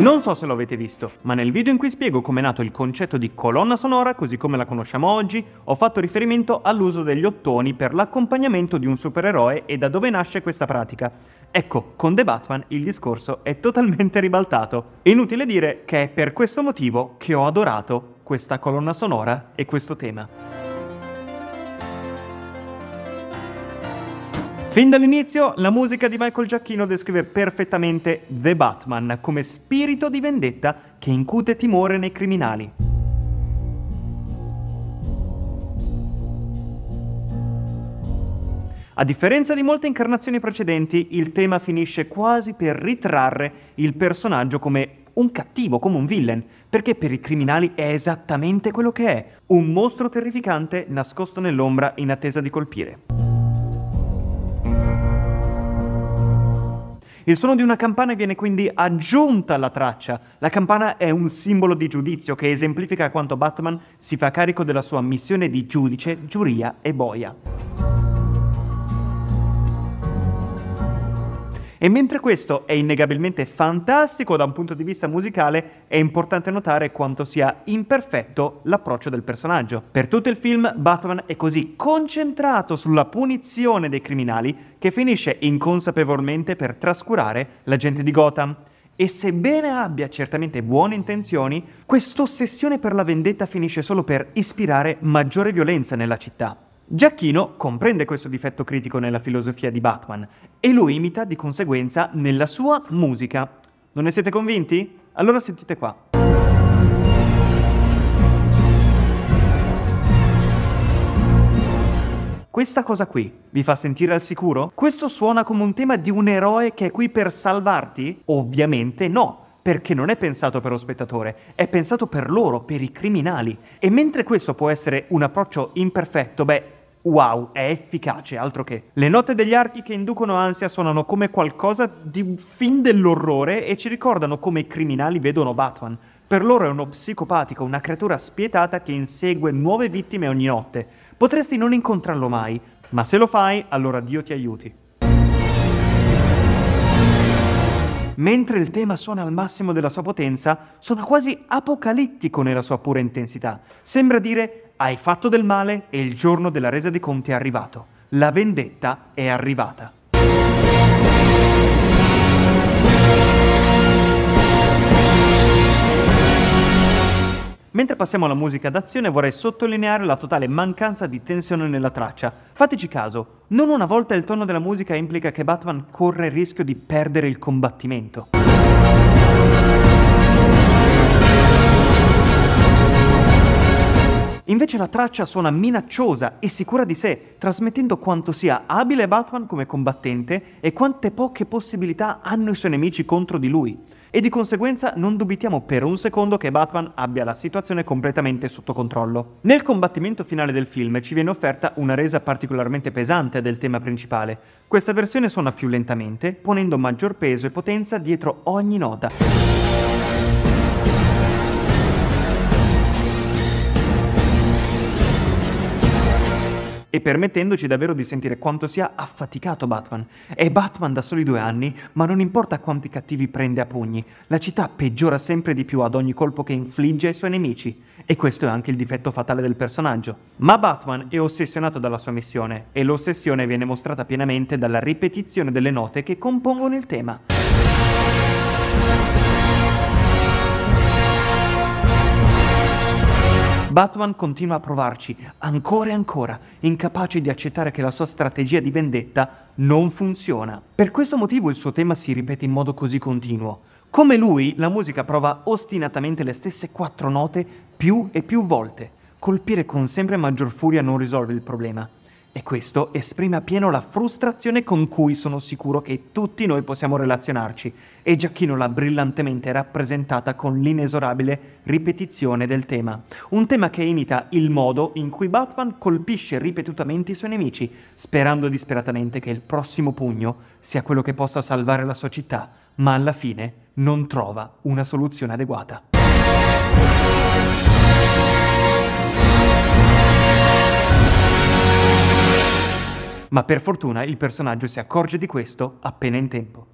Non so se lo avete visto, ma nel video in cui spiego come è nato il concetto di colonna sonora così come la conosciamo oggi, ho fatto riferimento all'uso degli ottoni per l'accompagnamento di un supereroe e da dove nasce questa pratica. Ecco, con The Batman il discorso è totalmente ribaltato. È inutile dire che è per questo motivo che ho adorato questa colonna sonora e questo tema. Fin dall'inizio, la musica di Michael Giacchino descrive perfettamente The Batman come spirito di vendetta che incute timore nei criminali. A differenza di molte incarnazioni precedenti, il tema finisce quasi per ritrarre il personaggio come un cattivo, come un villain, perché per i criminali è esattamente quello che è, un mostro terrificante nascosto nell'ombra in attesa di colpire. Il suono di una campana viene quindi aggiunta alla traccia. La campana è un simbolo di giudizio che esemplifica quanto Batman si fa carico della sua missione di giudice, giuria e boia. E mentre questo è innegabilmente fantastico da un punto di vista musicale, è importante notare quanto sia imperfetto l'approccio del personaggio. Per tutto il film, Batman è così concentrato sulla punizione dei criminali che finisce inconsapevolmente per trascurare la gente di Gotham. E sebbene abbia certamente buone intenzioni, questa ossessione per la vendetta finisce solo per ispirare maggiore violenza nella città. Giacchino comprende questo difetto critico nella filosofia di Batman e lo imita di conseguenza nella sua musica. Non ne siete convinti? Allora sentite qua. Questa cosa qui vi fa sentire al sicuro? Questo suona come un tema di un eroe che è qui per salvarti? Ovviamente no, perché non è pensato per lo spettatore, è pensato per loro, per i criminali. E mentre questo può essere un approccio imperfetto, wow, è efficace, altro che. Le note degli archi che inducono ansia suonano come qualcosa di un film dell'orrore e ci ricordano come i criminali vedono Batman. Per loro è uno psicopatico, una creatura spietata che insegue nuove vittime ogni notte. Potresti non incontrarlo mai, ma se lo fai, allora Dio ti aiuti. Mentre il tema suona al massimo della sua potenza, suona quasi apocalittico nella sua pura intensità. Sembra dire: hai fatto del male e il giorno della resa dei conti è arrivato. La vendetta è arrivata. Mentre passiamo alla musica d'azione, vorrei sottolineare la totale mancanza di tensione nella traccia. Fateci caso, non una volta il tono della musica implica che Batman corre il rischio di perdere il combattimento. Invece la traccia suona minacciosa e sicura di sé, trasmettendo quanto sia abile Batman come combattente e quante poche possibilità hanno i suoi nemici contro di lui. E di conseguenza non dubitiamo per un secondo che Batman abbia la situazione completamente sotto controllo. Nel combattimento finale del film ci viene offerta una resa particolarmente pesante del tema principale. Questa versione suona più lentamente, ponendo maggior peso e potenza dietro ogni nota. E permettendoci davvero di sentire quanto sia affaticato Batman. È Batman da soli 2 anni, ma non importa quanti cattivi prende a pugni, la città peggiora sempre di più ad ogni colpo che infligge ai suoi nemici. E questo è anche il difetto fatale del personaggio. Ma Batman è ossessionato dalla sua missione, e l'ossessione viene mostrata pienamente dalla ripetizione delle note che compongono il tema. Batman continua a provarci, ancora e ancora, incapace di accettare che la sua strategia di vendetta non funziona. Per questo motivo il suo tema si ripete in modo così continuo. Come lui, la musica prova ostinatamente le stesse 4 note più e più volte. Colpire con sempre maggior furia non risolve il problema. E questo esprime appieno la frustrazione con cui sono sicuro che tutti noi possiamo relazionarci, e Giacchino l'ha brillantemente rappresentata con l'inesorabile ripetizione del tema. Un tema che imita il modo in cui Batman colpisce ripetutamente i suoi nemici, sperando disperatamente che il prossimo pugno sia quello che possa salvare la sua città, ma alla fine non trova una soluzione adeguata. Ma per fortuna il personaggio si accorge di questo appena in tempo.